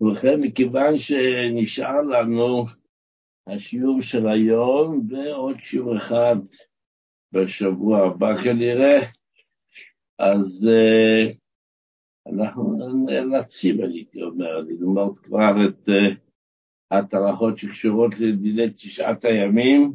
ובכן, מכיוון שנשאר לנו השיעור של היום ועוד שיעור אחד בשבוע הבא כנראה, אז אנחנו נאלצים, הייתי אומר, ללמוד כבר את ההלכות שקשורות לדיני תשעת הימים,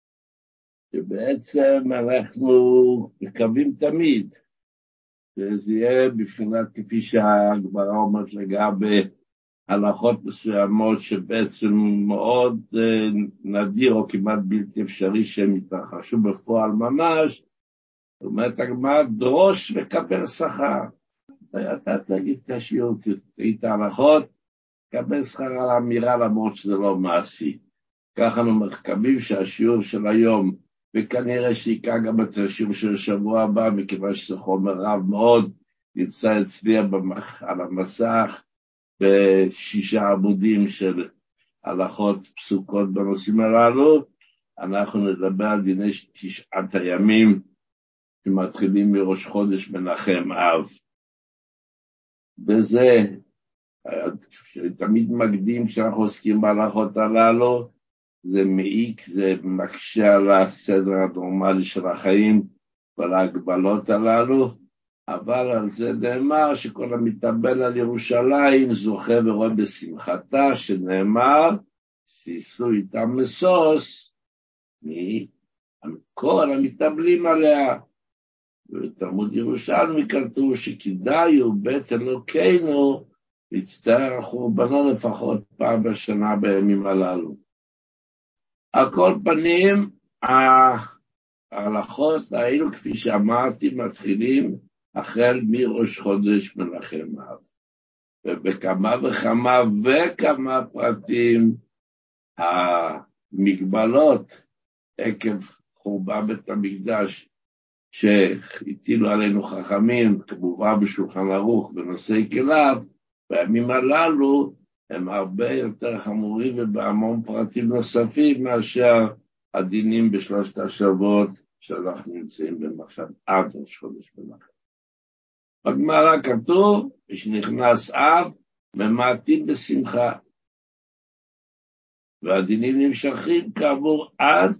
שבעצם אנחנו מקווים תמיד, וזה יהיה בבחינת כפי שהגמרא אומרת לגבי הלכות מסוימות שבעצם מאוד נדיר או כמעט בלתי אפשרי שהם יתרחשו בפועל ממש. זאת אומרת, הגמרא דרוש וקבל שכר. אתה תגיד את השיעור, תגיד את ההלכות, קבל שכר על האמירה למרות שזה לא מעשי. ככה אנחנו מקווים שהשיעור של היום, וכנראה שיקע גם את השיעור של השבוע הבא, מכיוון שזה חומר רב מאוד, נמצא אצלי על המסך, ב6 עמודים של הלכות פסוקות בנושאים הללו. אנחנו נדבר על דיני תשעת הימים שמתחילים מראש חודש מנחם אב. וזה תמיד מקדים כשאנחנו עוסקים בהלכות הללו, זה מעיק, זה מקשה על הסדר הנורמלי של החיים ועל ההגבלות הללו, אבל על זה נאמר שכל המתאבל על ירושלים זוכה ורואה בשמחתה, שנאמר, שישאו איתם משוש מכל המתאבלים עליה. ובתלמוד ירושלמי כתוב שכדאי בית אלוקינו להצטער על חורבנו לפחות פעם בשנה בימים הללו. על כל פנים, ההלכות האלו, כפי שאמרתי, מתחילים החל מראש חודש מנחם אב. ובכמה וכמה פרטים, המגבלות עקב חורבן בית המקדש שהטילו עלינו חכמים, כמובן בשולחן ערוך בנושאי כליו, בימים הללו הם הרבה יותר חמורים ובהמון פרטים נוספים מאשר הדינים בשלושת השבועות שאנחנו נמצאים בהם עכשיו עד ראש חודש מנחם. בגמרא כתוב, כשנכנס אב, ממעטים בשמחה. והדינים נמשכים כאמור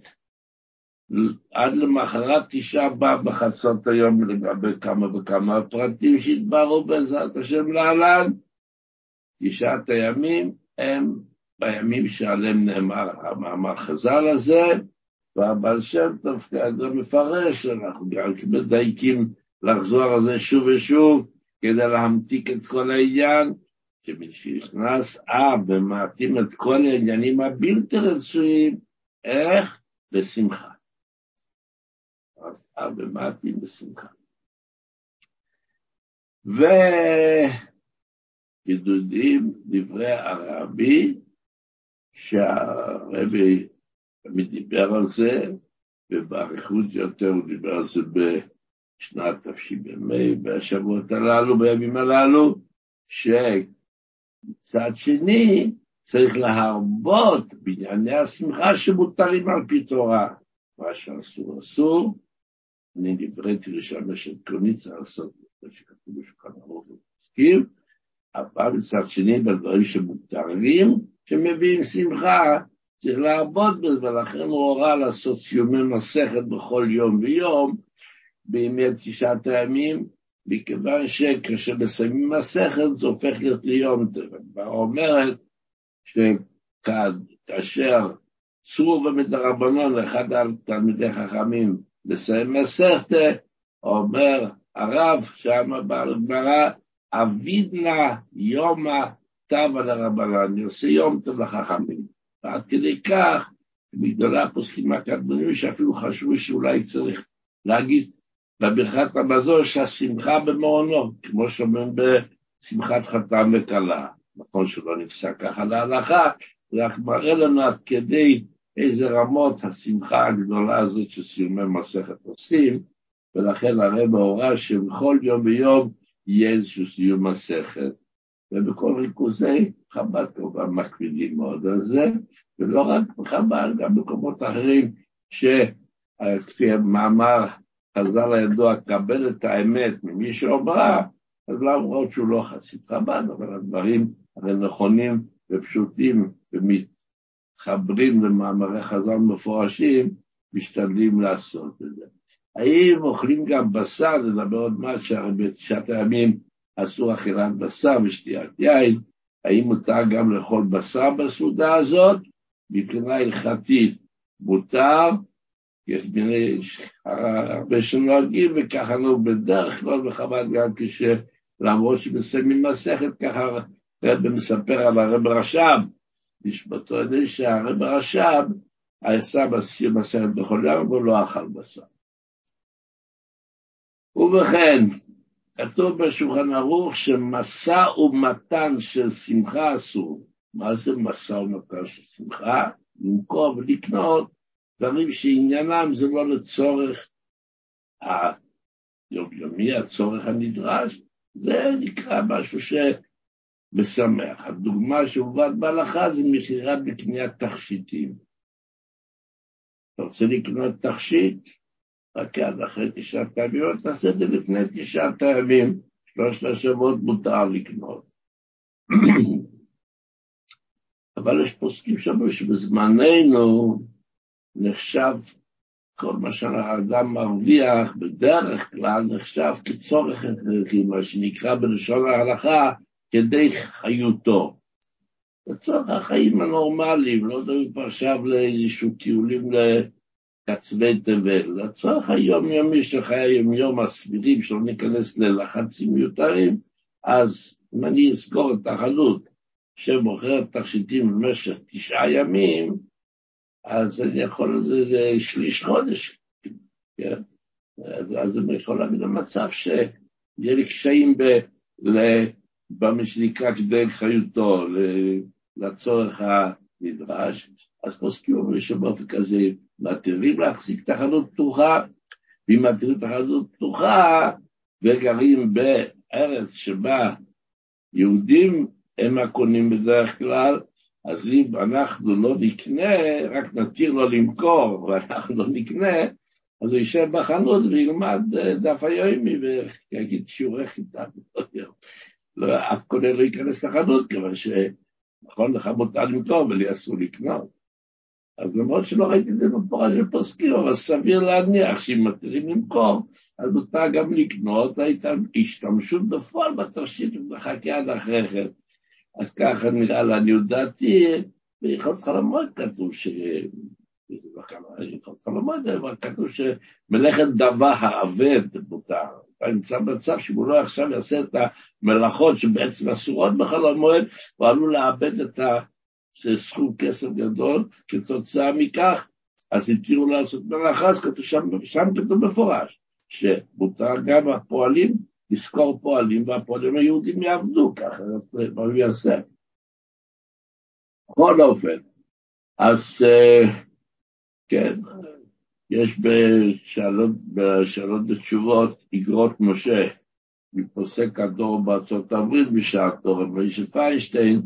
עד למחרת תשעה באב בחצות היום, לגבי כמה וכמה פרטים שהתבררו בעזרת השם להלן. תשעת הימים הם בימים שעליהם נאמר המאמר חז"ל הזה, והבעל שם טוב כידוע מפרש, אנחנו גם מדייקים לחזור על זה שוב ושוב, כדי להמתיק את כל העניין, שמשנכנס ומעטים את כל העניינים הבלתי רצויים, איך? בשמחה. אז ומעטים בשמחה. וגידודים דברי הרבי, שהרבי תמיד דיבר על זה, ובאריכות יותר הוא דיבר על זה בשנת תש"מ, בשבועות הללו, בימים הללו, שמצד שני צריך להרבות בענייני השמחה שמותרים על פי תורה. מה שאסור אסור, אני נבראתי לשמש את קוני, צריך לעשות את שכתוב בשולחן ערוך ומסכים, אבל מצד שני בדברים שמותרים, שמביאים שמחה, צריך להרבות בזה, ולכן הוא הורה לעשות סיומי מסכת בכל יום ויום, בימי תשעת הימים, מכיוון שכאשר מסיימים מסכת, זה הופך להיות ליום טוב. הגמרא אומרת שכאשר צור ומדרבנן, אחד התלמידי חכמים, לסיים מסכת, אומר הרב, שם בגמרא, אבידנא יומא טבא לרבנן, אני עושה יום טוב לחכמים. ועד כדי כך, מגדולי הפוסקים הקדמונים שאפילו חשבו שאולי צריך להגיד בברכת המזון שהשמחה במעונו, כמו שאומרים בשמחת חתן וכלה. נכון שלא נפסק ככה להלכה, רק מראה לנו עד כדי איזה רמות השמחה הגדולה הזאת שסיומי מסכת עושים, ולכן הרב הורה שבכל יום ויום יהיה איזשהו סיום מסכת. ובכל ריכוזי חב"ד כמובן מקפידים מאוד על זה, ולא רק בחב"ד, גם במקומות אחרים, שכפי המאמר חז"ל הידוע, קבל את האמת ממי שאומרה, אז למרות שהוא לא חסיד חב"ד, אבל הדברים הרי נכונים ופשוטים ומתחברים למאמרי חז"ל מפורשים, משתדלים לעשות את זה. האם אוכלים גם בשר, נדבר עוד מעט שהרי בתשעת הימים אסור אכילת בשר ושתיית יין, האם מותר גם לאכול בשר בסעודה הזאת? מבחינה הלכתית מותר, יש הרבה שנוהגים וככה בדרך כלל בחב"ד גם למרות שמסיימים מסכת, ככה הרב מספר על הרב רש"ב, נשמתו יודעים שהרב רש"ב עשה מסכת בכל יום ולא אכל בשר. ובכן, כתוב בשולחן ערוך שמשא ומתן של שמחה אסור. מה זה משא ומתן של שמחה? למכור ולקנות דברים שעניינם זה לא לצורך היומיומי, הצורך הנדרש, זה נקרא משהו שמשמח. הדוגמה שהובאת בהלכה זה מכירה בקניית תכשיטים. אתה רוצה לקנות תכשיט? רק עד אחרי 9 פעמים, תעשה את זה לפני 9 פעמים, 3 שבועות מותר לקנות. אבל יש פוסקים שאומרים שבזמננו נחשב כל מה שהאדם מרוויח בדרך כלל נחשב כצורך הכרחי, מה שנקרא בלשון ההלכה כדי חיותו. לצורך החיים הנורמליים, לא דברים פה עכשיו לאיזשהו טיולים לקצווי תבל, לצורך היומיומי של חיי היומיום הסבירים שלא ניכנס ללחצים מיותרים, אז אם אני אזכור את החנות שמוכרת תכשיטים במשך 9 ימים, אז אני יכול, זה שליש חודש, כן? אז אני יכול להגיד למצב שיהיה לי קשיים במה שנקרא כדי חיותו, לצורך הנדרש, אז פוסקים אומרים שבאופן כזה מתירים להחזיק תחנות פתוחה, ואם מתירים תחנות פתוחה וגרים בארץ שבה יהודים הם הקונים בדרך כלל, אז אם אנחנו לא נקנה, רק נתיר לו למכור, ואנחנו לא נקנה, אז הוא יישב בחנות וילמד דף היומי ויגיד שיעורי חיטה. לא, אף קונה לא ייכנס לחנות, כיוון שנכון לך מותר למכור ולי אסור לקנות. אז למרות שלא ראיתי את זה בפורש של פוסקים, אבל סביר להניח שאם מתירים למכור, אז מותר גם לקנות, השתמשות בפועל בתכשיט ומחכה עד אחרי כן. אז ככה נראה לעניות דעתי, ביכולת חלומות כתוב כתוב שמלאכת דבר העבד מותר. אתה נמצא במצב שהוא לא עכשיו יעשה את המלאכות שבעצם אסורות בחלומות, הוא עלול לאבד את סכום כסף גדול כתוצאה מכך, אז התירו לעשות מלאכה, אז כתוב שם כתוב מפורש, שמותר גם הפועלים, לזכור פועלים, והפועלים היהודים יעבדו ככה, מה הוא יעשה. בכל אופן, אז כן, יש בשאלות ותשובות אגרות משה, מפוסק הדור בארצות הברית בשעתו, רב משה פיינשטיין,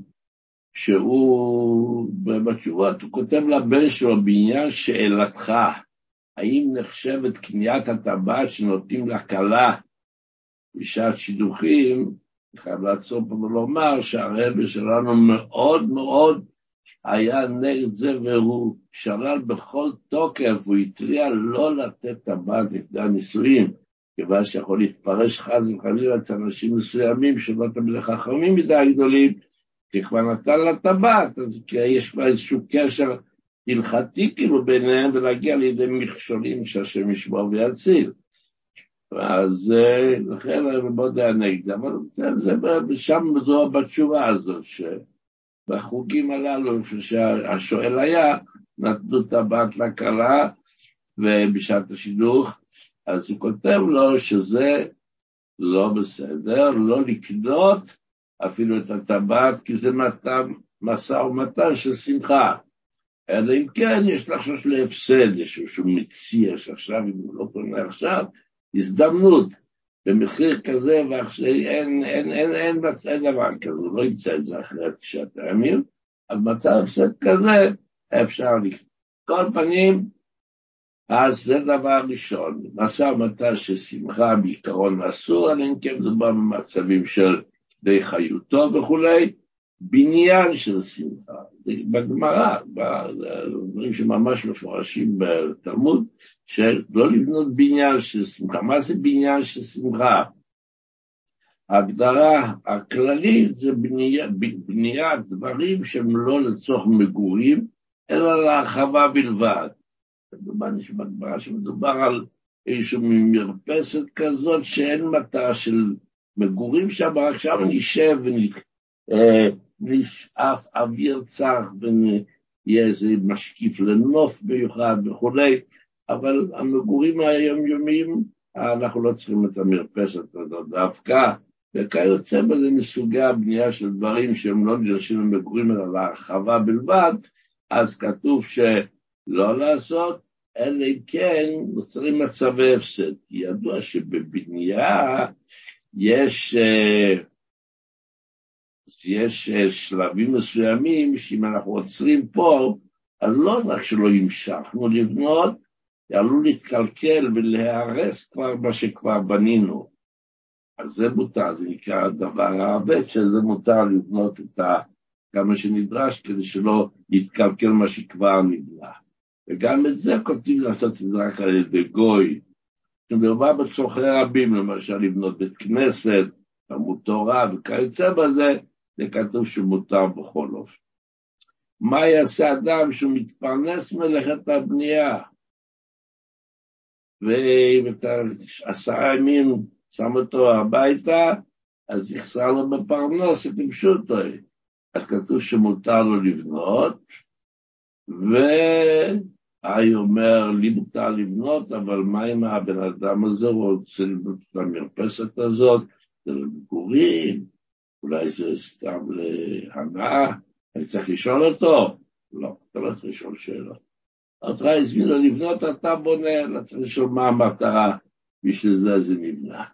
שהוא בתשובות, הוא כותב לבן שלו בעניין שאלתך, האם נחשבת קניית הטבעת שנותנים לכלה בשעת שידוכים, חייב לעצור פה ולומר שהרבי שלנו מאוד מאוד היה נגד זה, והוא שלל בכל תוקף, הוא התריע לא לתת טבעת לפני הנישואים, כיוון שיכול להתפרש חס וחלילה את אנשים מסוימים שלא תמיד חכמים מדי גדולים, כי כבר נתן לה טבעת, אז יש כבר איזשהו קשר הלכתי כאילו ביניהם, ולהגיע לידי מכשולים שהשם ישמור ויציל. אז לכן אני מאוד נגד זה, אבל זה שם זו בתשובה הזאת, שבחוקים הללו שהשואל היה, נתנו טבעת לכלה, ובשעת השידוך, אז הוא כותב לו שזה לא בסדר, לא לקנות אפילו את הטבעת, כי זה משא ומתן של שמחה. אלא אם כן, יש לחשוש להפסד, יש שהוא מציע שעכשיו, אם הוא לא קונה עכשיו, הזדמנות, במחיר כזה, אין דבר כזה, הוא לא ימצא את זה אחרי 9 פעמים, אבל מצב הפסד כזה, אפשר לקנות. כל פנים, אז זה דבר ראשון, משא ומתן של שמחה בעיקרון אסור, אלא אם כן מדובר במצבים של די חיותו וכולי, בניין של שמחה. בגמרא, בדברים שממש מפורשים בתלמוד, שלא לבנות בניין של שמחה. מה זה בניין של שמחה? ההגדרה הכללית זה בניית דברים שהם לא לצורך מגורים, אלא להרחבה בלבד. בגמרא שמדובר על איזושהי מרפסת כזאת שאין מטרה של מגורים שם, רק שם נשב ונשאף אוויר צח ויהיה איזה משקיף לנוף מיוחד וכולי, אבל המגורים היומיומיים אנחנו לא צריכים את המרפסת הזאת דווקא, וכיוצא בזה מסוגי הבנייה של דברים שהם לא נדרשים למגורים אלא להרחבה בלבד, אז כתוב שלא לעשות, אלא כן נוצרים מצבי הפסד. ידוע שבבנייה יש שלבים מסוימים שאם אנחנו עוצרים פה, אז לא רק שלא המשכנו לבנות, עלול להתקלקל ולהרס כבר מה שכבר בנינו. אז זה מותר, זה נקרא הדבר העבד, שזה מותר לבנות כמה שנדרש כדי שלא יתקלקל מה שכבר נבנה. וגם את זה כותבים לעשות את זה רק על ידי גוי. כשמדובר בצורכי רבים, למשל לבנות בית כנסת, תלמוד תורה וכיוצא בזה, זה כתוב שמותר בכל אופן. מה יעשה אדם שהוא מתפרנס מלאכת הבנייה? ואם אתה 10 ימים שם אותו הביתה, אז יחסר לו בפרנס את פשוטו. אז כתוב שמותר לו לבנות, והי אומר, לי מותר לבנות, אבל מה עם הבן אדם הזה? הוא רוצה לבנות את המרפסת הזאת, זה למגורים, אולי זה סתם להנאה, אני צריך לשאול אותו? לא, אתה לא צריך לשאול שאלות. אותך הזמין לו לבנות, אתה בונה, לא צריך לשאול מה המטרה, בשביל זה נבנה.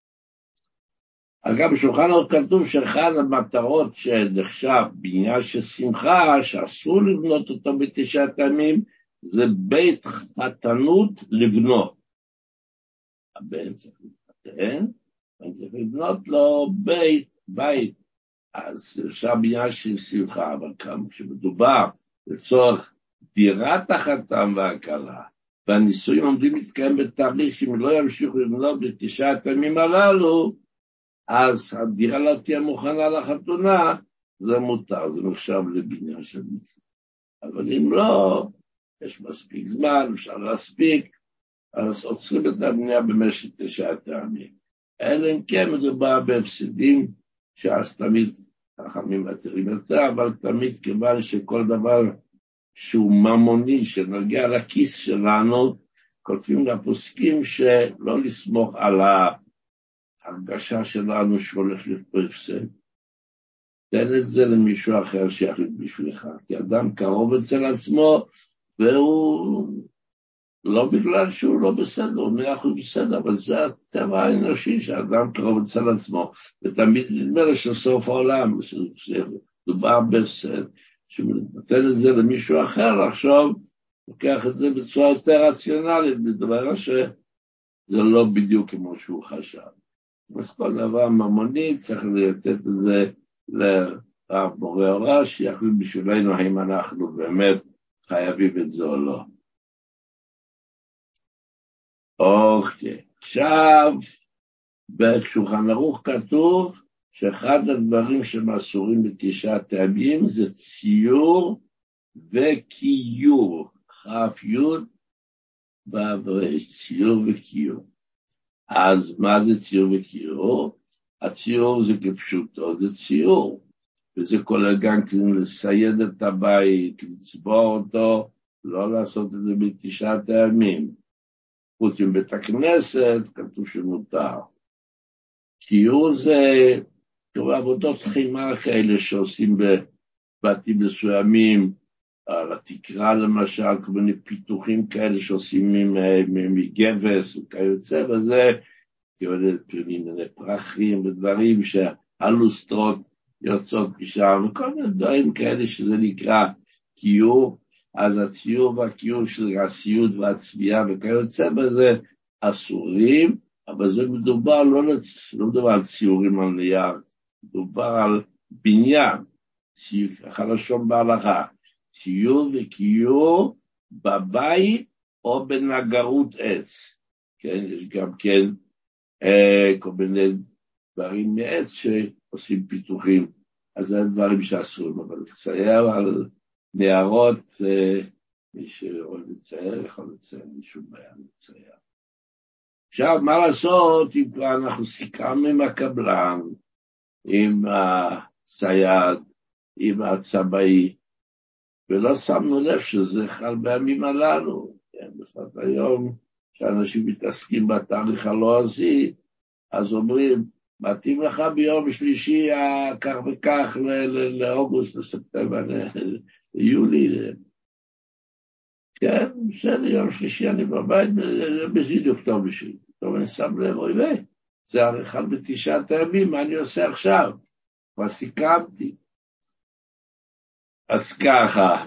אגב, בשולחן ערוך כתוב שאחד המטרות שנחשב בניין של שמחה, שאסור לבנות אותו ב9 ימים, זה בית חתנות לבנות. הבן צריך להתחתן, ואני צריך לבנות לו בית. אז אפשר בניין של שמחה, אבל כשמדובר לצורך דירת החתן והכלה, והנישואים עומדים להתקיים בתהליך שאם לא ימשיכו לבנות ב9 ימים הללו, אז הדירה לא תהיה מוכנה לחתונה, זה מותר, זה נחשב לבניין של מצווה. אבל אם לא, יש מספיק זמן, אפשר להספיק, אז עוצרים את הבנייה במשך 9 ימים. אלא אם כן מדובר בהפסדים, שאז תמיד חכמים מתירים יותר, אבל תמיד כיוון שכל דבר שהוא ממוני, שנוגע לכיס שלנו, כותבים לפוסקים שלא לסמוך על ההרגשה שלנו שהולך להיות הפסד. תן את זה למישהו אחר שיחליט בשבילך, כי אדם קרוב אצל עצמו, והוא לא בגלל שהוא לא בסדר, הוא 100% בסדר, אבל זה הטבע האנושי שהאדם קרוב אצל עצמו, ותמיד נדמה לי שסוף העולם, שדובר בהפסד, שנותן את זה למישהו אחר, לחשוב, לוקח את זה בצורה יותר רציונלית, בדבר שזה לא בדיוק כמו שהוא חשב. אז כל דבר ממוני צריך לתת את זה לרב בורא עולם, שיחליט בשבילנו האם אנחנו באמת חייבים את זה או לא. אוקיי, עכשיו בשולחן ערוך כתוב שאחד הדברים שמאסורים ב9 ימים זה ציור וקיור, כף יוד ציור וקיור. אז מה זה ציור וקיור? הציור זה כפשוטו, זה ציור, וזה כולל גם לסייד את הבית, לצבוע אותו, לא לעשות את זה ב9 ימים. חוץ מבית הכנסת, כתוב שמותר. קיור זה עבודות חימה כאלה שעושים בבתים מסוימים, על התקרה למשל, כל מיני פיתוחים כאלה שעושים מגבס וכיוצא, וזה מיני פרחים ודברים שהלוסטרות יוצאות משם, וכל מיני דברים כאלה שזה נקרא קיור. אז הציור והקיור של הסיוד והצביעה וכיוצא בזה אסורים, אבל זה מדובר לא מדובר על ציורים על נייר, מדובר על בניין. חלשון בהלכה, ציור וקיור בבית או בנגרות עץ. כן, יש גם כן כל מיני דברים מעץ שעושים פיתוחים, אז זה דברים שאסורים, אבל לצייר על נערות, מי שרוצה לצייר יכול לצייר, משום בעיה לצייר. עכשיו, מה לעשות אם כבר אנחנו סיכמנו עם הקבלן, עם הסייד, עם הצבאי, ולא שמנו לב שזה חל בימים הללו. בפרט היום, שאנשים מתעסקים בתאריך הלועזי, אז אומרים, מתאים לך ביום שלישי כך וכך לאוגוסט, לספטמבר, ליולי. כן, בסדר, יום שלישי אני בבית, בדיוק טוב בשביל. טוב, אני שם לב, אוי ויי, זה הרי בתשעת הימים, מה אני עושה עכשיו? כבר סיכמתי. אז ככה,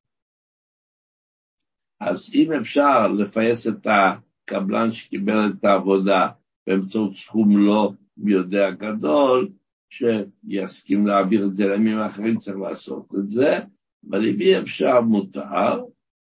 אז אם אפשר לפייס את הקבלן שקיבל את העבודה באמצעות סכום לא מי יודע גדול, שיסכים להעביר את זה לימים האחרים, צריך לעשות את זה, אבל אם אי אפשר מותר,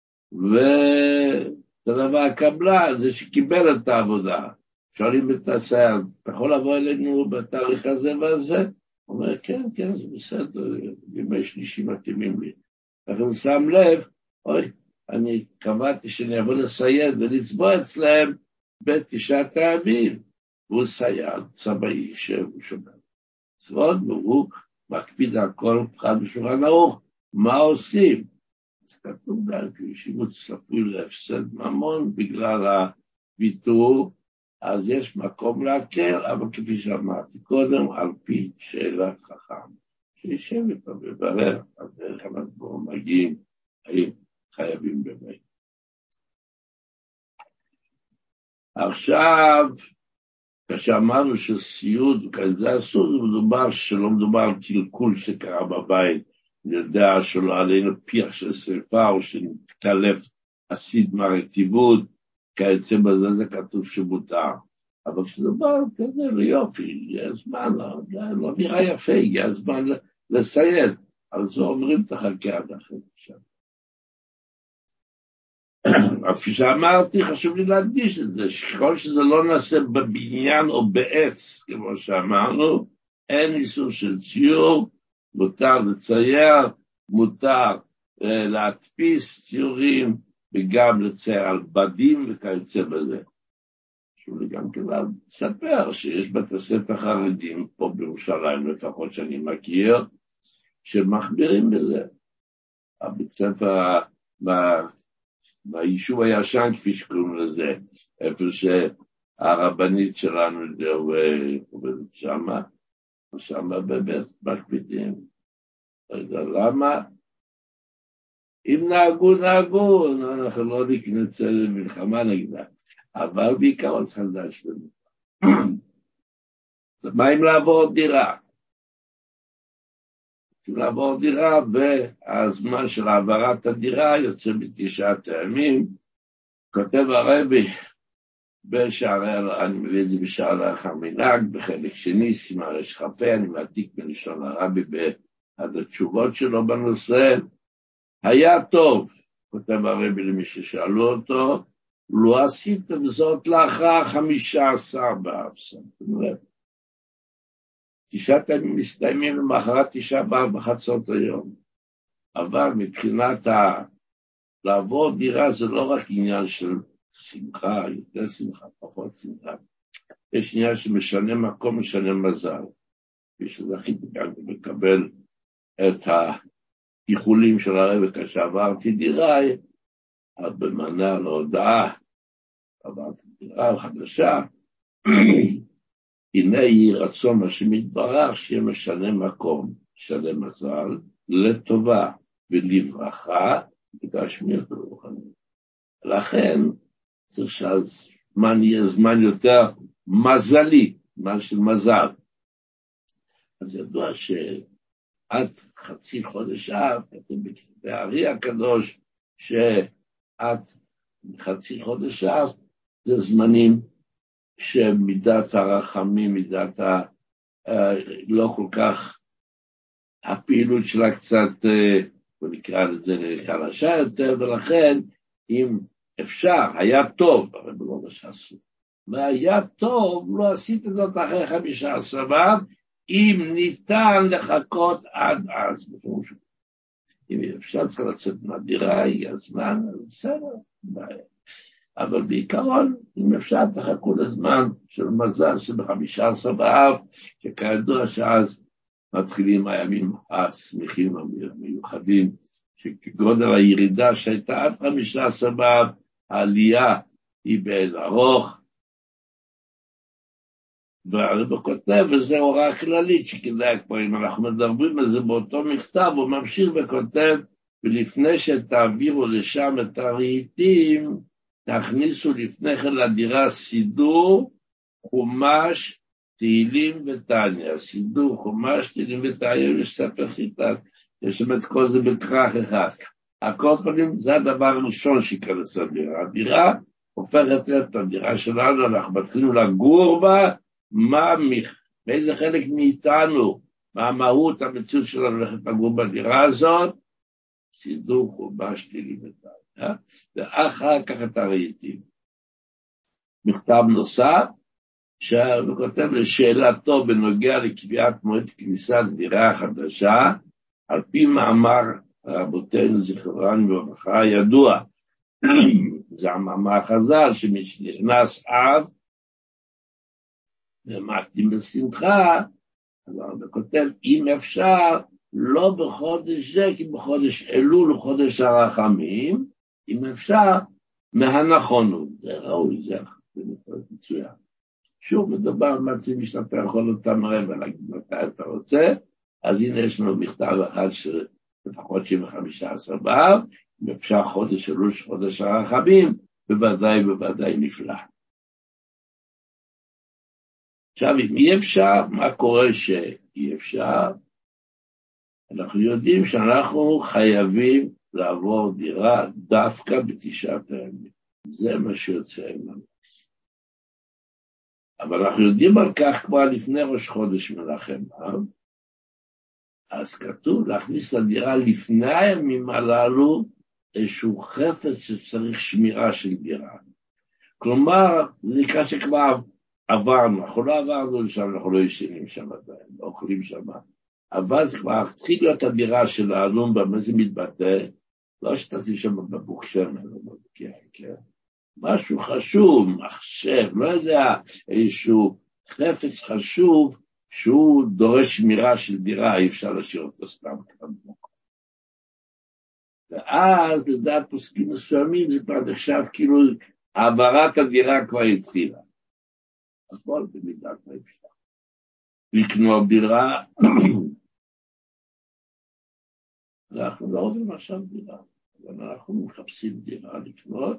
ותדבר הקבלן, זה שקיבל את העבודה, שואלים את הסייד, אתה יכול לבוא אלינו בתאריך הזה והזה? הוא אומר, כן, כן, זה בסדר, ימי שלישי מתאימים לי. אנחנו שם לב, אוי, אני קבעתי שאני אבוא לסייד ולצבוע אצלהם בתשעת הימים. והוא סייד צבאי שהוא שומר צבאות, והוא מקפיד על כל פחד בשולחן ערוך. מה עושים? אז כתוב גם כי שיבוץ צפוי להפסד ממון בגלל הוויתור, אז יש מקום להקל, אבל כפי שאמרתי קודם, על פי שאלת חכם, שישב איתו וברר על דרך אנחנו מגיעים, האם חייבים באמת. עכשיו, כשאמרנו שסיוד, וכזה אסור, זה מדובר שלא מדובר על קלקול שקרה בבית, אני יודע שלא עלינו פיח של שריפה, או שנתקלף אסיד מהרטיבות, כיוצא בזה זה כתוב שמותר. אבל כשדובר כזה ליופי, הגיע הזמן, לא נראה יפה, הגיע הזמן לסייד, על זה אומרים תחכה עד אחרי עכשיו. כפי שאמרתי, חשוב לי להדגיש את זה, שכל שזה לא נעשה בבניין או בעץ, כמו שאמרנו, אין איסור של ציור, מותר לצייר, מותר להדפיס ציורים, וגם לצייר על בדים וכיוצא בזה. חשוב לי גם כן לספר שיש בתי ספר חרדים, פה בירושלים לפחות שאני מכיר, שמחמירים בזה. הבית ספר ביישוב הישן, כפי שקוראים לזה, איפה שהרבנית שלנו עובדת שמה באמת מקפידים. למה? אם נהגו, אנחנו לא נצא למלחמה נגדה, אבל בעיקרון צריך לדעת שלנו. מה אם לעבור דירה? לעבור דירה, והזמן של העברת הדירה יוצא בתשעת הימים. כותב הרבי בשערי, אני מביא את זה בשערי המנהג, בחלק שני, סימן רש"כ, אני מעתיק בלשון הרבי בעד התשובות שלו בנושא. היה טוב, כותב הרבי למי ששאלו אותו, לא עשיתם זאת לאחר 15 באב. זאת אומרת, תשעת הימים מסתיימים למחרת תשעה באב בחצות היום. אבל מבחינת לעבור דירה זה לא רק עניין של שמחה, יותר שמחה, פחות שמחה. יש עניין שמשנה מקום, משנה מזל. ושזכיתי גם לקבל את האיחולים של הרב כשעברתי דירה, אז במענה להודעה, עברתי דירה חדשה, הנה יהי רצון השם יתברך שיהיה משנה מקום, משנה מזל, לטובה ולברכה, וגשמיות ברוחנית. לכן צריך שהזמן יהיה זמן יותר מזלי, זמן של מזל. אז ידוע שעד חצי חודש אב, כתוב בכתבי הארי הקדוש, שעד חצי חודש אב זה זמנים שמידת הרחמים, מידת לא כל כך הפעילות שלה קצת, בוא נקרא לזה חלשה יותר, ולכן אם אפשר, היה טוב, אבל לא מה שעשו. והיה טוב, לא עשית זאת אחרי 15 באב, אם ניתן לחכות עד אז. אם אפשר צריך לצאת מהדירה, יהיה הזמן, בסדר, בעיה. אבל בעיקרון, אם אפשר תחכו לזמן של מזל שב-15 באב, שכידוע שאז מתחילים הימים השמחים המיוחדים, שגודל הירידה שהייתה עד 15 באב, העלייה היא באל ארוך, והרב כותב, וזו הוראה כללית שכדאי כבר, אם אנחנו מדברים על זה באותו מכתב, הוא ממשיך וכותב, ולפני שתעבירו לשם את הרהיטים, תכניסו לפני כן לדירה סידור, חומש, תהילים ותניא. סידור, חומש, תהילים ותניא, יש ספר חיטה, יש שם את כל זה בכרך אחד. הכל פנים, זה הדבר הראשון שיכנס לדירה. הדירה הופכת להיות הדירה שלנו, אנחנו מתחילים לגור בה, באיזה חלק מאיתנו, מה המהות, המציאות שלנו הולכת לגור בדירה הזאת, סידור, חומש, תהילים ותניא. ואחר כך את הרהיטים. מכתב נוסף, שהוא כותב לשאלתו בנוגע לקביעת מועד כניסה לדירה החדשה, על פי מאמר רבותינו זיכרונם לברכה ידוע, זה המאמר חז"ל, שמשנכנס אב, ומחתים בשמחה, אז הוא כותב, אם אפשר, לא בחודש זה, כי בחודש אלול וחודש הרחמים, אם אפשר, מהנכונות, זה ראוי, זה מצוין. שוב מדבר על מצבים שאתה יכול אותם רבע, להגיד מתי אתה רוצה, אז הנה יש לנו מכתב אחד של לפחות 15 באב, אם אפשר חודש אלול, חודש הרחמים, בוודאי נפלא. עכשיו, אם אי אפשר, מה קורה שאי אפשר? אנחנו יודעים שאנחנו חייבים לעבור דירה דווקא בתשעת הימים. זה מה שיוצא לנו. אבל אנחנו יודעים על כך כבר לפני ראש חודש מנחם אב, אז כתוב להכניס לדירה לפני הימים הללו איזשהו חפץ שצריך שמירה של דירה. כלומר, זה נקרא שכבר עברנו, אנחנו לא עברנו לשם, אנחנו לא ישנים שם עדיין, לא אוכלים שם. אבל זה כבר התחיל להיות הדירה שלנו, במה זה מתבטא, לא שתשים שם בבוק שמן, כן. משהו חשוב, מחשב, לא יודע, איזשהו חפץ חשוב, שהוא דורש שמירה של דירה, אי אפשר להשאיר אותו סתם כאן. ואז לדעת פוסקים מסוימים, זה כבר נחשב כאילו, העברת הדירה כבר התחילה. הכל במידת האפשר. לקנות דירה, אנחנו לא עוברים עכשיו דירה, אבל אנחנו מחפשים דירה לקנות,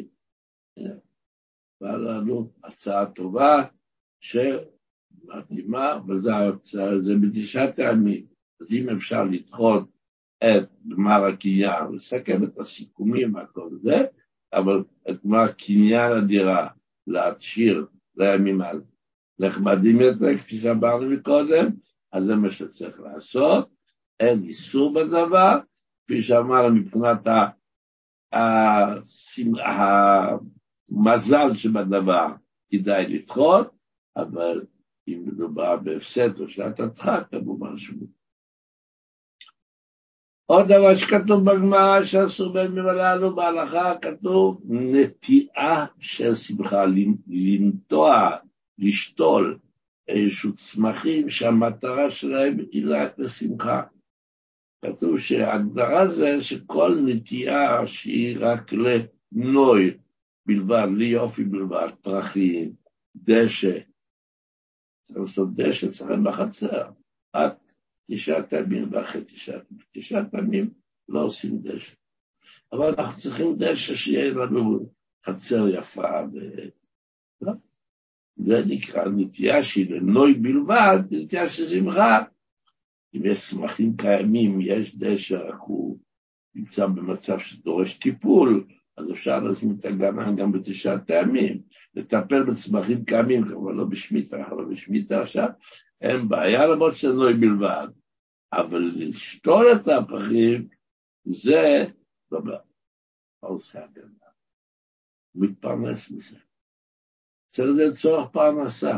ועל לנו הצעה טובה שמתאימה, וזה בתשעת הימים. אז אם אפשר לדחות את גמר הקניין, לסכם את הסיכומים והכל זה, אבל את גמר קניין הדירה להשאיר לימים נחמדים יותר, כפי שאמרנו מקודם, אז זה מה שצריך לעשות, אין איסור בדבר, כפי שאמרנו מבחינת המזל שבדבר כדאי לדחות, אבל אם מדובר בהפסד או שעת הדחק, כמובן שהוא. עוד דבר שכתוב בגמרא שאסור בימים הללו בהלכה, כתוב נטיעה של שמחה, לנטוע, לשתול איזשהו צמחים שהמטרה שלהם היא רק לשמחה. כתוב שההגדרה זה שכל נטיעה שהיא רק לנוי בלבד, ליופי בלבד, פרחים, דשא, צריך לעשות דשא, צריכים בחצר, עד 9 ימים ואחרי 9 ימים לא עושים דשא. אבל אנחנו צריכים דשא שיהיה לנו חצר יפה, זה נקרא נטייה שהיא לנוי בלבד, נטייה של שמחה. אם יש צמחים קיימים, יש דשא, הוא נמצא במצב שדורש טיפול, אז אפשר להזמין את הגנן גם ב9 ימים, לטפל בצמחים קיימים, אבל לא בשמיטה, עכשיו אין בעיה, למרות שנוי בלבד. אבל לשתול את הפחים, זה לא עושה הגנה. הוא מתפרנס מזה. זה צורך פרנסה.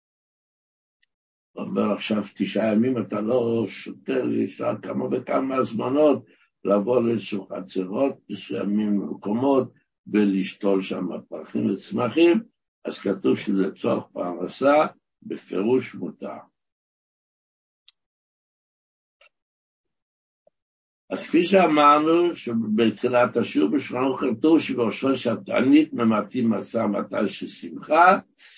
הוא אומר עכשיו 9 ימים, אתה לא שותה, יש לך כמה וכמה הזמנות, לבוא לאיזשהו חצרות, מסוימים מקומות, ולשתול שם פרחים וצמחים, אז כתוב שזה צורך פרנסה, בפירוש מותר. אז כפי שאמרנו, שבתחילת השיעור בשולחן כתוב שבראשו של התענית ממעטים משא ומתן של שמחה,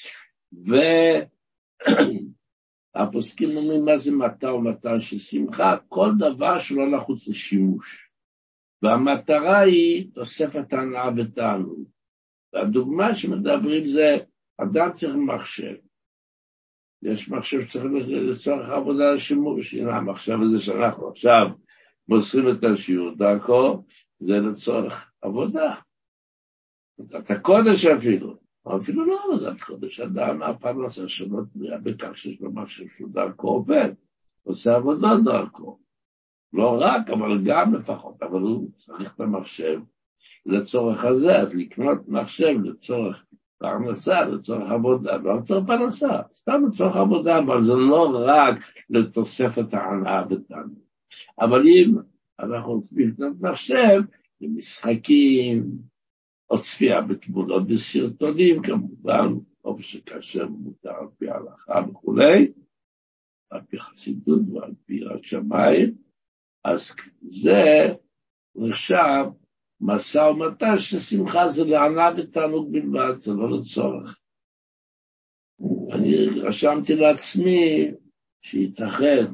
והפוסקים אומרים מה זה משא ומתן של שמחה, כל דבר שלא נחוץ לשימוש. והמטרה היא תוספת הנאה ותענוג. והדוגמה שמדברים זה, אדם צריך מחשב. יש מחשב שצריך לצורך עבודה לשימוש, הנה המחשב הזה שאנחנו עכשיו מוסרים את השיעור דרכו, זה לצורך עבודה. את הקודש אפילו לא עבודת קודש, אדם הפרנסה שלו בכך שיש לו מחשב שהוא דרכו עובד, עושה עבודות דרכו. לא רק, אבל גם לפחות, אבל הוא צריך את המחשב לצורך הזה, אז לקנות מחשב לצורך פרנסה, לצורך עבודה, לא לצורך פרנסה, סתם לצורך עבודה, אבל זה לא רק לתוספת ההנאה ותענוג. אבל אם אנחנו לקנות מחשב, למשחקים, או צפייה בתמונות וסרטונים, כמובן, או שכאשר מותר על פי ההלכה וכולי, על פי חסידות ועל פי יראת שמיים, אז זה נחשב משא ומתן ששמחה זה להנאה ותענוג בלבד, זה לא לצורך. אני רשמתי לעצמי שייתכן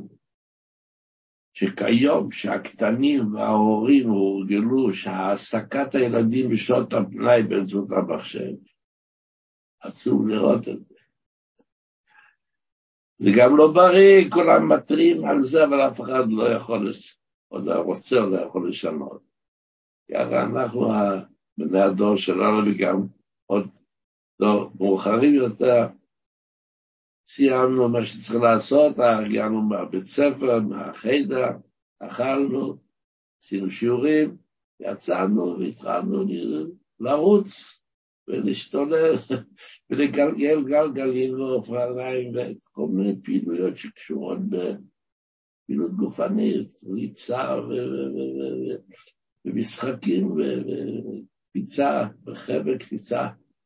שכיום שהקטנים וההורים הורגלו שהעסקת הילדים בשעות הפנאי באמצעות המחשב, עצוב לראות את זה. זה גם לא בריא, כולם מטרים על זה, אבל אף אחד לא יכול, או לא רוצה או לא יכול לשנות. ככה אנחנו, בני הדור שלנו, וגם עוד דור מאוחרים יותר, סיימנו מה שצריך לעשות, הגענו מהבית ספר, מהחדר, אכלנו, עשינו שיעורים, יצאנו והתחלנו לרוץ ולהשתולל ולגלגל גלגלים ואופניים וכל מיני פעילויות שקשורות בפעילות גופנית, ריצה ומשחקים וקפיצה בחבל, קפיצה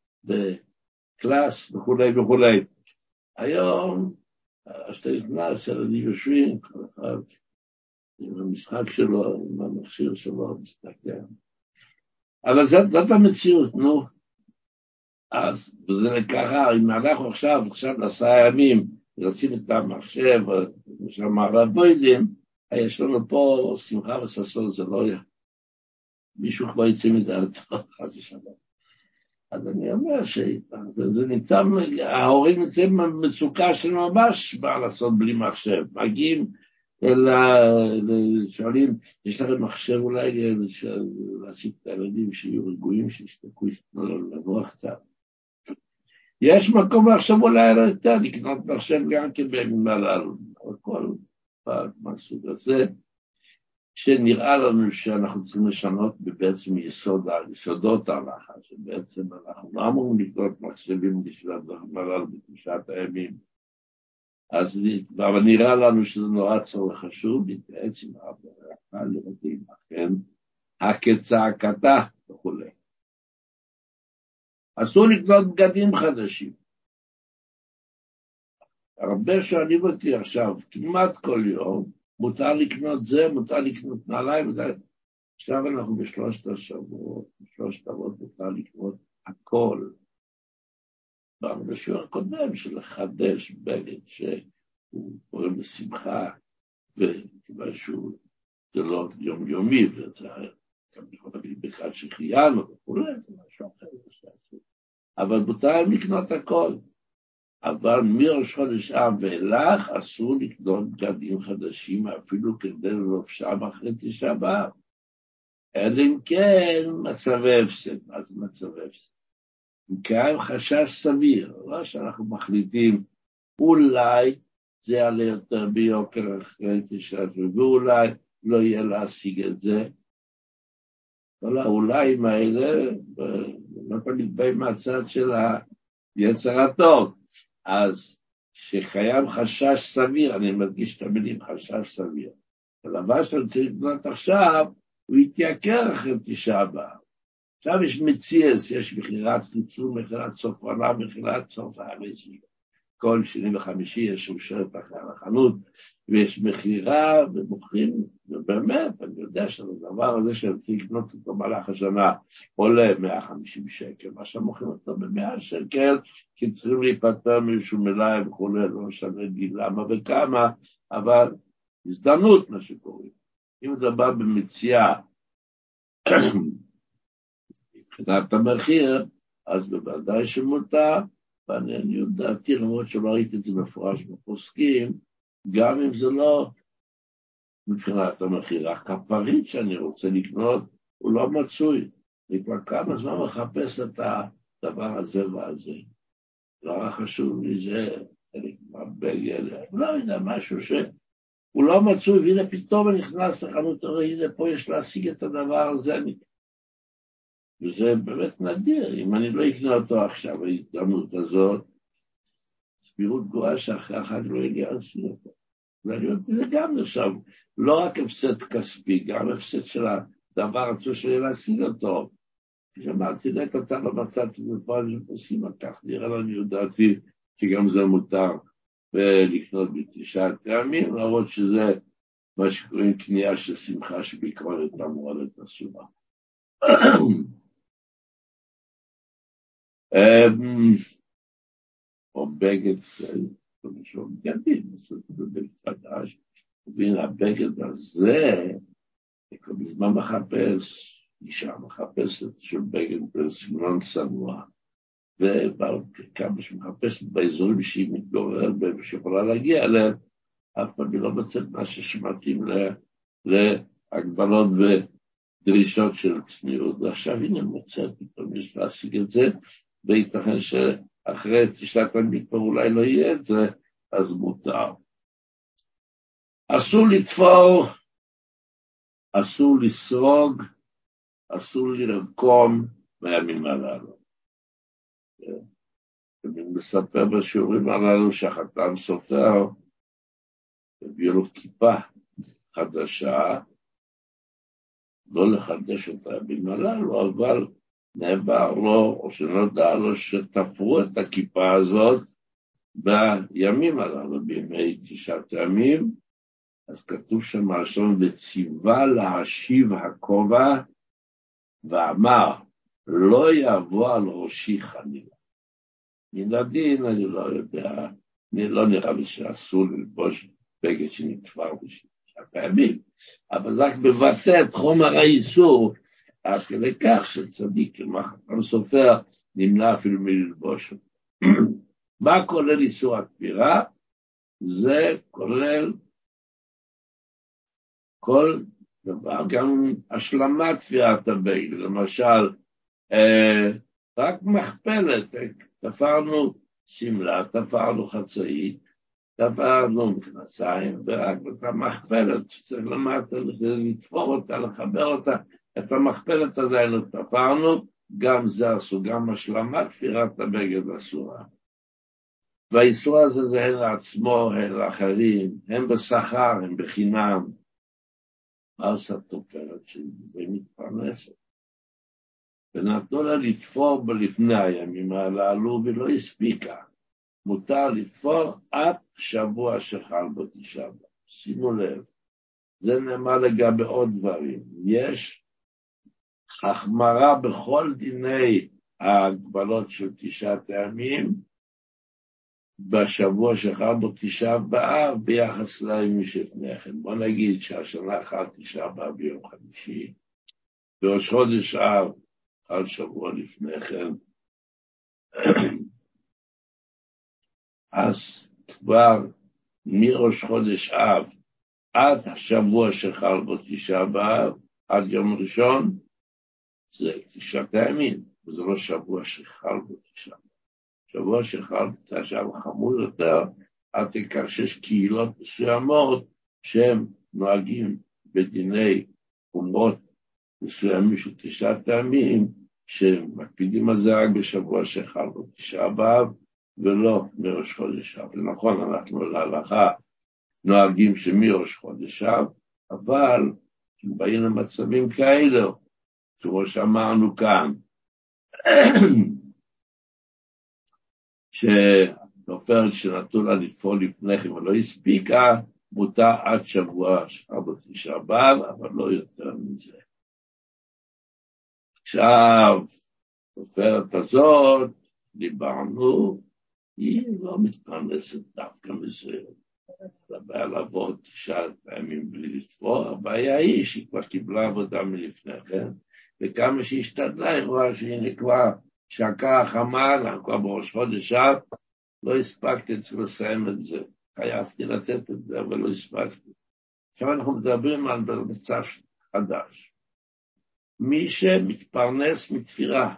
בקלאס וכולי. היום, כשאתה נכנס, ילדים יושבים, כל אחד עם המשחק שלו, עם המכשיר שלו, מסתכל. אבל זאת המציאות, נו. אז, וזה ככה, אם אנחנו עכשיו 10 ימים, רוצים את המחשב, ושאמר הבוידים, יש לנו פה שמחה וששון, זה לא יהיה. מישהו כבר יצא מדעתו, חס ושלום. אז אני אומר שזה נמצא, ההורים נמצאים במצוקה של ממש מה לעשות בלי מחשב. מגיעים שואלים, יש לכם מחשב אולי להשיג את הילדים שיהיו רגועים, שישתקו, לנוח קצת. יש מקום עכשיו אולי יותר לקנות מחשב גם כבימים הללו, אבל כל פעם מהסוג הזה, שנראה לנו שאנחנו צריכים לשנות בעצם יסודות ההלכה, שבעצם אנחנו לא אמורים לקנות מחשבים בשביל הדברים הללו בתשעת הימים. אז אבל נראה לנו שזה נורא צורך חשוב, להתייעץ עם ההלכה, לראות אם אכן הכצעקתה וכו'. אסור לקנות בגדים חדשים. הרבה שואלים אותי עכשיו, כמעט כל יום, מותר לקנות זה, מותר לקנות נעליים, עכשיו אנחנו בשלושת השבועות מותר לקנות הכל. בשיעור הקודם של לחדש בגד שהוא קוראים לשמחה, וכיוון שהוא זה לא יומיומי, וזה גם יכול להגיד בכלל שחיינו וכולי, זה משהו אחר. אבל מותר לקנות הכל. אבל מראש חודש אב ואילך אסור לקנות בגדים חדשים, אפילו כדי ללובשם אחרי 9 באב. אלא אם כן מצבי הפסד. מה זה מצבי הפסד? אם קיים חשש סביר, לא שאנחנו מחליטים, אולי זה יעלה יותר ביוקר אחרי תשעת, ואולי לא יהיה להשיג את זה. כל האוליים האלה, לא תמיד באים מהצד של היצר הטוב. אז שקיים חשש סביר, אני מדגיש את המילים חשש סביר. הדבר שאתה צריך לקנות עכשיו, הוא יתייקר אחרי תשעה באב. עכשיו יש מציאס, יש מכירת חיצון, מכירת סוף עולם, מכירת סוף הארץ. כל שני וחמישי יש שושרת אחרי החנות, ויש מכירה ומוכרים, ובאמת, אני יודע שהדבר הזה שאני צריך לקנות אותו במהלך השנה, עולה 150 שקל, מה שמוכרים אותו ב100 שקל, כי צריכים להיפטר מישהו מלאי וכו', לא משנה לי למה וכמה, אבל הזדמנות מה שקוראים. אם זה בא במציאה, מבחינת המחיר, אז בוודאי שמותר, ואני יודעתי, למרות שלא ראיתי את זה מפורש בפוסקים, גם אם זה לא מבחינת המחיר, הכפרית שאני רוצה לקנות, הוא לא מצוי. אני כבר כמה זמן מחפש את הדבר הזה והזה. לא חשוב לי זה, אני בגד, לא יודע, משהו שהוא לא מצוי, והנה פתאום אני נכנס לחנות, הנה פה יש להשיג את הדבר הזה, וזה באמת נדיר, אם אני לא אקנה אותו עכשיו, ההזדמנות הזאת, סבירות גבוהה שאחרי החג לא יגיע להשיג אותו. ואני יודע, זה גם נחשב, לא רק הפסד כספי, גם הפסד של הדבר עצמו שיהיה להשיג אותו. כשאמרתי, נטע אתה לא מצאתי בפועל שפוסים על כך, נראה לנו יודעתי שגם זה מותר ולקנות בתשעת פעמים, למרות שזה מה שקוראים קנייה של שמחה שבעיקרון את המורדת אסורה. או בגד, או בגדים, בגד חדש, ובין הבגד הזה, בזמן מחפש, אישה מחפשת של בגד בסגנון צנוע, וכמה שמחפשת באזורים שהיא מתגוררת בהם, שיכולה להגיע אליהם, אף פעם היא לא מצאת משהו שמתאים להגבלות ודרישות של צניעות, ועכשיו הנה מוצאת, פתאום יש להשיג את זה, וייתכן שאחרי תשעת המקווה אולי לא יהיה את זה, אז מותר. אסור לתפור, אסור לסרוג, אסור לרקום בימים הללו. אני מספר בשיעורים הללו שהחתן סופר, הביא לו כיפה חדשה, לא לחדש אותה בימים הללו, אבל נאמר לו, או שנודע לו, שתפרו את הכיפה הזאת בימים הללו, בימי תשעת ימים, אז כתוב שם השם, וציווה להשיב הכובע, ואמר, לא יבוא על ראשי חלילה. מן הדין, אני לא יודע, אני לא נראה לי שאסור ללבוש בגד שנתפר בשעת הימים, אבל זה רק מבטא את חומר האיסור, עד כדי כך שצדיק, חכם סופר, נמנע אפילו מללבוש. מה כולל איסור התפירה? זה כולל כל דבר, גם השלמת תפירת הבגד, למשל, רק מכפלת, תפרנו שמלה, תפרנו חצאית, תפרנו מכנסיים, ורק את המכפלת, שצריך למטה לתפור אותה, לחבר אותה, את המכפלת עדיין לא תפרנו, גם זה אסור, גם השלמת תפירת הבגד אסורה. והאיסור הזה זה הן לעצמו, הן לאחרים, הן בשכר, הן בחינם. מה עושה תופרת שזה מתפרנסת? ונתנו לה לתפור בלפני הימים הללו ולא הספיקה. מותר לתפור עד שבוע שחל בו תשעה באב. שימו לב, זה נאמר לגבי עוד דברים. יש החמרה בכל דיני ההגבלות של תשעת הימים, בשבוע שחל בו תשעה באב ביחס לימים שלפני כן. בוא נגיד שהשנה חל תשעה באב ביום חמישי, בראש חודש אב חל שבוע לפני כן, אז כבר מראש חודש אב עד השבוע שחל בו תשעה באב, עד יום ראשון, זה תשעת הימים, וזה לא שבוע שחל בו תשעה באב. שבוע שחל תשעה באב חמור יותר, עד כך שיש קהילות מסוימות שהם נוהגים בדיני אומות מסוימים של 9 טעמים, שמקפידים על זה רק בשבוע שחל בו 9 באב, ולא מראש חודש אב. נכון, אנחנו להלכה נוהגים שמראש חודש אב, אבל כשבאים למצבים כאלו, כמו שאמרנו כאן, שנופרת שנתנו לה לפעול לפני כן ולא הספיקה, מותר עד שבוע שחל בו 9 באב, אבל לא יותר מזה. עכשיו, נופרת הזאת, דיברנו, היא לא מתפרנסת דווקא מזה. הבעיה לעבוד 9 פעמים בלי לתפור, הבעיה היא שהיא כבר קיבלה עבודה מלפני כן, וכמה שהיא השתדלה, היא רואה שהיא כבר שקה החמה, אנחנו כבר בראש חודש אב, לא הספקתי לסיים את זה. חייבתי לתת את זה, אבל לא הספקתי. עכשיו אנחנו מדברים על מצב חדש. מי שמתפרנס מתפירה,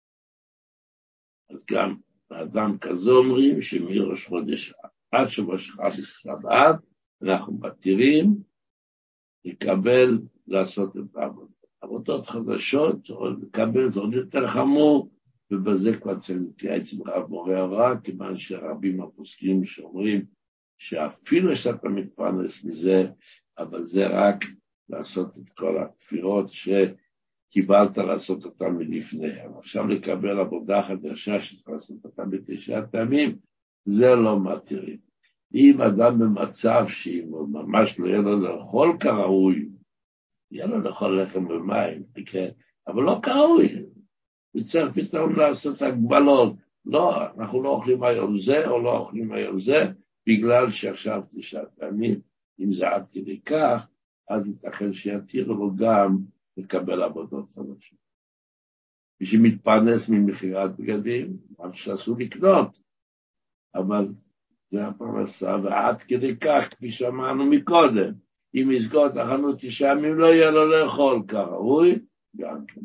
אז גם האדם כזה אומרים שמראש חודש עד שבוע שחל באב, אנחנו מתירים לקבל, לעשות את העבודה. עבודות חדשות, לקבל זה עוד יותר חמור, ובזה כבר צריך להתייעץ עם רב מורה הרע, כיוון שרבים הפוסקים שאומרים שאפילו שאתה מתפרנס מזה, אבל זה רק לעשות את כל התפירות שקיבלת לעשות אותם מלפני. עכשיו לקבל עבודה חדשה שצריך לעשות אותם ב9 טעמים, זה לא מתירים. אם אדם במצב שאם הוא ממש לא יהיה לו לאכול כראוי, יהיה לו לאכול לחם ומים, אבל לא כראוי, וצריך פתאום לעשות הגבלות. לא, אנחנו לא אוכלים היום זה או לא אוכלים היום זה, בגלל שעכשיו 9 טעמים, אם זה עד כדי כך, אז ייתכן שיתירו לו גם לקבל עבודות חדשות. מי שמתפרנס ממכירת בגדים, מה שאסור לקנות, אבל זה הפרנסה, ועד כדי כך, כפי שאמרנו מקודם, אם יסגור את החנות 9 ימים, לא יהיה לו לאכול כראוי, גם כן.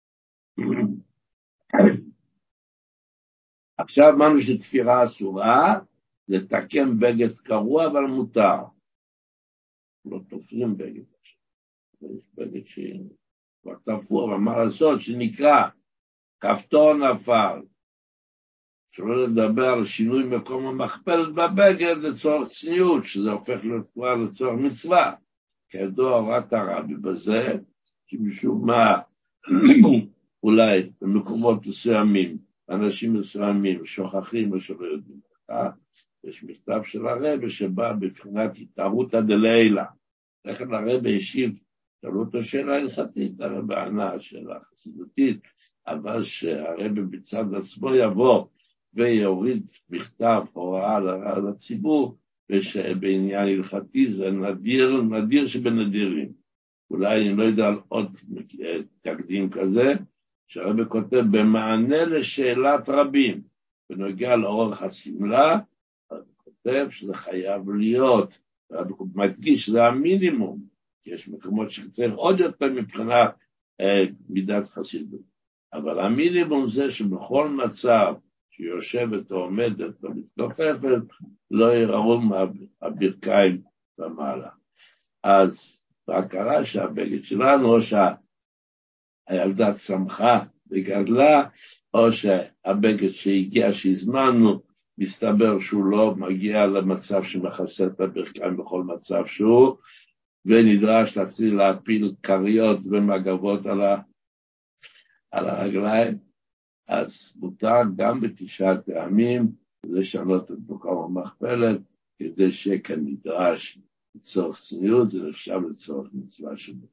עכשיו אמרנו שתפירה אסורה, לתקן בגד קרוע, אבל מותר. לא תופרים בגד עכשיו. יש בגד שכבר תפור, אבל מה לעשות שנקרא, כפתור נפל. שלא לדבר על שינוי מקום המכפלת בבגד לצורך צניעות, שזה הופך להיות כבר לצורך מצווה. כידוע הוראת הרבי בזה, שמשום מה, אולי במקומות מסוימים, אנשים מסוימים שוכחים או שלא יודעים לך, יש מכתב של הרבי שבא בבחינת התערותא דלילה. לכן הרבי השיב, שאלו אותו שאלה הלכתית, הרבי ענה שאלה חסידותית, אבל שהרבי בצד עצמו יבוא ויוריד מכתב הוראה לציבור, ושבעניין הלכתי זה נדיר שבנדירים. אולי אני לא יודע על עוד תקדים כזה, שהרבי כותב במענה לשאלת רבים, בנוגע לאורך הסמלה, הרבי כותב שזה חייב להיות, הרבי מדגיש שזה המינימום, כי יש מקומות שצריך עוד יותר מבחינת מידת חסידות. אבל המינימום זה שבכל מצב שיושבת או עומדת או מתכופפת, לא יראו מהברכיים במעלה. אז בהכרה שהבגד שלנו, או שהילדה צמחה וגדלה, או שהבגד שהגיע שהזמנו, מסתבר שהוא לא מגיע למצב שמכסה את הברכיים בכל מצב שהוא, ונדרש להתחיל להפיל קריות ומגבות על הרגליים, אז מותר גם ב9 טעמים לשנות את מקום המכפלת, כדי שכן נדרש לצורך צניעות, זה נחשב לצורך מצווה שלו.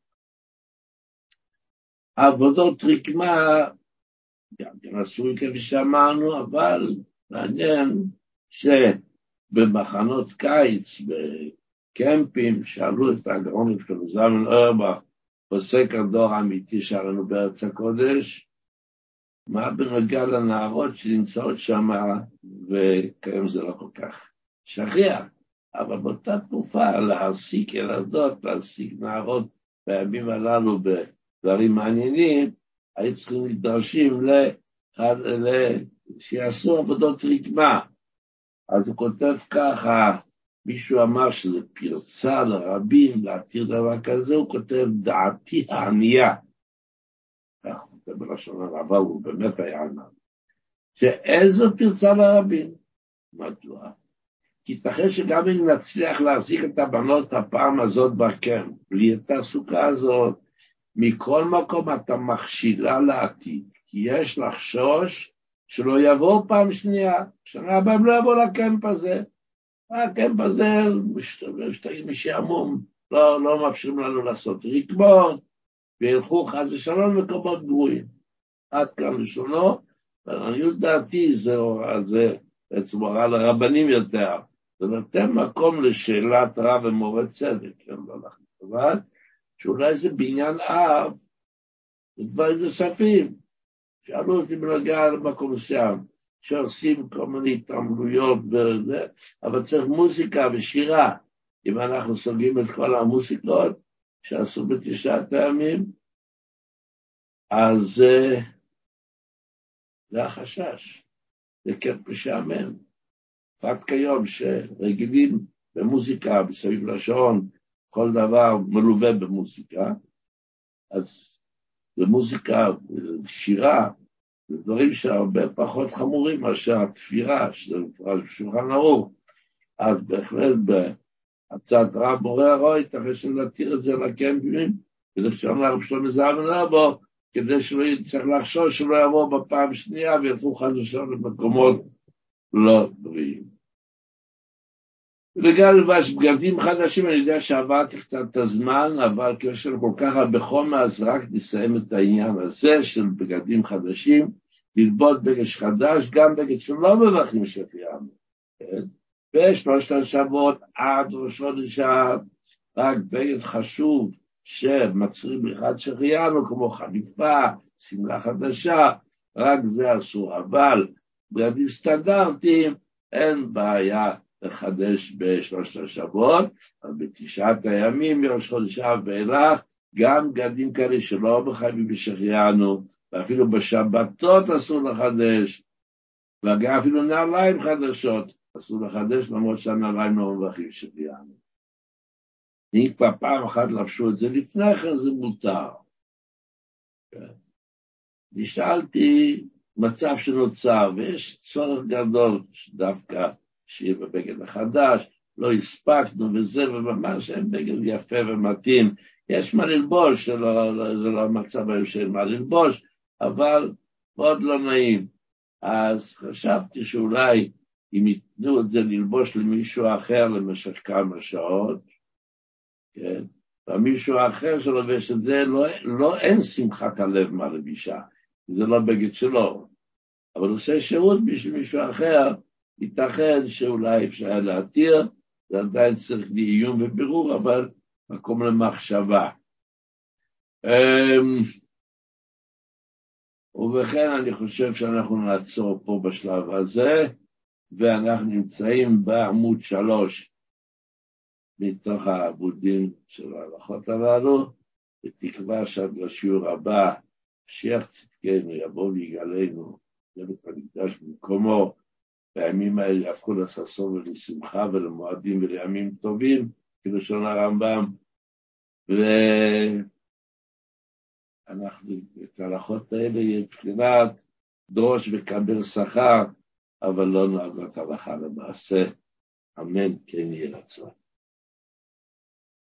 עבודות רקמה, גם כן אסור כפי שאמרנו, אבל מעניין שבמחנות קיץ, בקמפים, שאלו את הגאון של זלמן אוירבך, פוסק הדור האמיתי שלנו בארץ הקודש, מה בנוגע לנערות שנמצאות שם, וכיום זה לא כל כך שכיח, אבל באותה תקופה להעסיק ילדות, להעסיק נערות בימים הללו בדברים מעניינים, היו צריכים לדרשים שיעשו עבודות רקמה. אז הוא כותב ככה, מישהו אמר שזה פרצה לרבים להתיר דבר כזה, הוא כותב דעתי הענייה. כך הוא כותב בלשון הרבה, הוא באמת היה ענן. שאיזו פרצה לרבים? מדוע? כי תחד שגם אם נצליח להחזיק את הבנות הפעם הזאת בקרם, בלי את הסוכה הזאת, מכל מקום אתה מכשילה לעתיד, כי יש לחשוש שלא יבוא פעם שנייה, שנה הבאה הם לא יבוא לקמפ הזה, הקמפ הזה משעמום, לא מאפשרים לנו לעשות רקמות, וילכו חס ושלום מקומות גרועים. עד כאן לשונו, ולעניות דעתי זה בעצם הוראה לרבנים יותר, זה נותן מקום לשאלת רב ומורה צדק, כן, לא אנחנו טובה, שאולי זה בעניין אב, ודברים נוספים, שאלו אותי בנוגע למקום שם, שעושים כל מיני התעמלויות וזה, אבל צריך מוזיקה ושירה, אם אנחנו סוגעים את כל המוזיקות שעשו בתשעת הימים, אז זה החשש, זה כן משעמם. רק כיום שרגילים במוזיקה, בסביב לשעון, כל דבר מלווה במוזיקה, אז במוזיקה, שירה, זה דברים שהרבה פחות חמורים מאשר התפירה, שזה מפרש בשולחן ערוך. אז בהחלט בהצעת רב מורה הרוי, תחד שנתיר את זה לקמפים, כדי שאומר רב שלמה זלמן אוירבך, כדי שלא צריך לחשוש שלא יבוא בפעם שנייה, וילכו חס ושלום למקומות לא בריאים. וגם לבש בגדים חדשים, אני יודע שעברתי קצת את הזמן, אבל יש לנו כל כך הרבה חומר, אז רק נסיים את העניין הזה של בגדים חדשים, ללבוד בגד חדש, גם בגד שלא מברכים שהחיינו. ושלושת השבועות עד ראש חודש אב, רק בגד חשוב שמצרים אחד שהחיינו, כמו חליפה, שמלה חדשה, רק זה אסור, אבל בגדים סטנדרטיים, אין בעיה לחדש בשלושת השבועות, אבל בתשעת הימים, מראש חודש אב ואילך, גם בגדים כאלה שלא מחייבים בשחיינו, ואפילו בשבתות אסור לחדש, וגם אפילו נעליים חדשות אסור לחדש, למרות שהנעליים לא מברכים בשחיינו. אם כבר פעם אחת לבשו את זה לפני כן, זה מותר. נשאלתי מצב שנוצר, ויש צורך גדול דווקא שיהיה בבגד החדש, לא הספקנו וזה, וממש אין בגד יפה ומתאים, יש מה ללבוש, זה לא המצב היום שאין מה ללבוש, אבל מאוד לא נעים. אז חשבתי שאולי אם ייתנו את זה ללבוש למישהו אחר למשך כמה שעות, כן, ומישהו אחר שלובש את זה, אין שמחת הלב מהלבישה, זה לא בגד שלו, אבל עושה שירות בשביל מישהו אחר, ייתכן שאולי אפשר להתיר, זה עדיין צריך לעיון ובירור, אבל מקום למחשבה. ובכן אני חושב שאנחנו נעצור פה בשלב הזה, ואנחנו נמצאים בעמוד 3, מתוך העבודים של ההלכות הללו, בתקווה שעד לשיעור הבא, משיח צדקנו יבוא ויגאלנו, לבית המקדש במקומו, בימים האלה יהפכו לששון ולשמחה ולמועדים ולימים טובים, כלשון הרמב"ם, ואנחנו את ההלכות האלה יהיה בחינת דרוש וקבל שכר, אבל לא נהגות הלכה למעשה. אמן, כן יהיה רצון.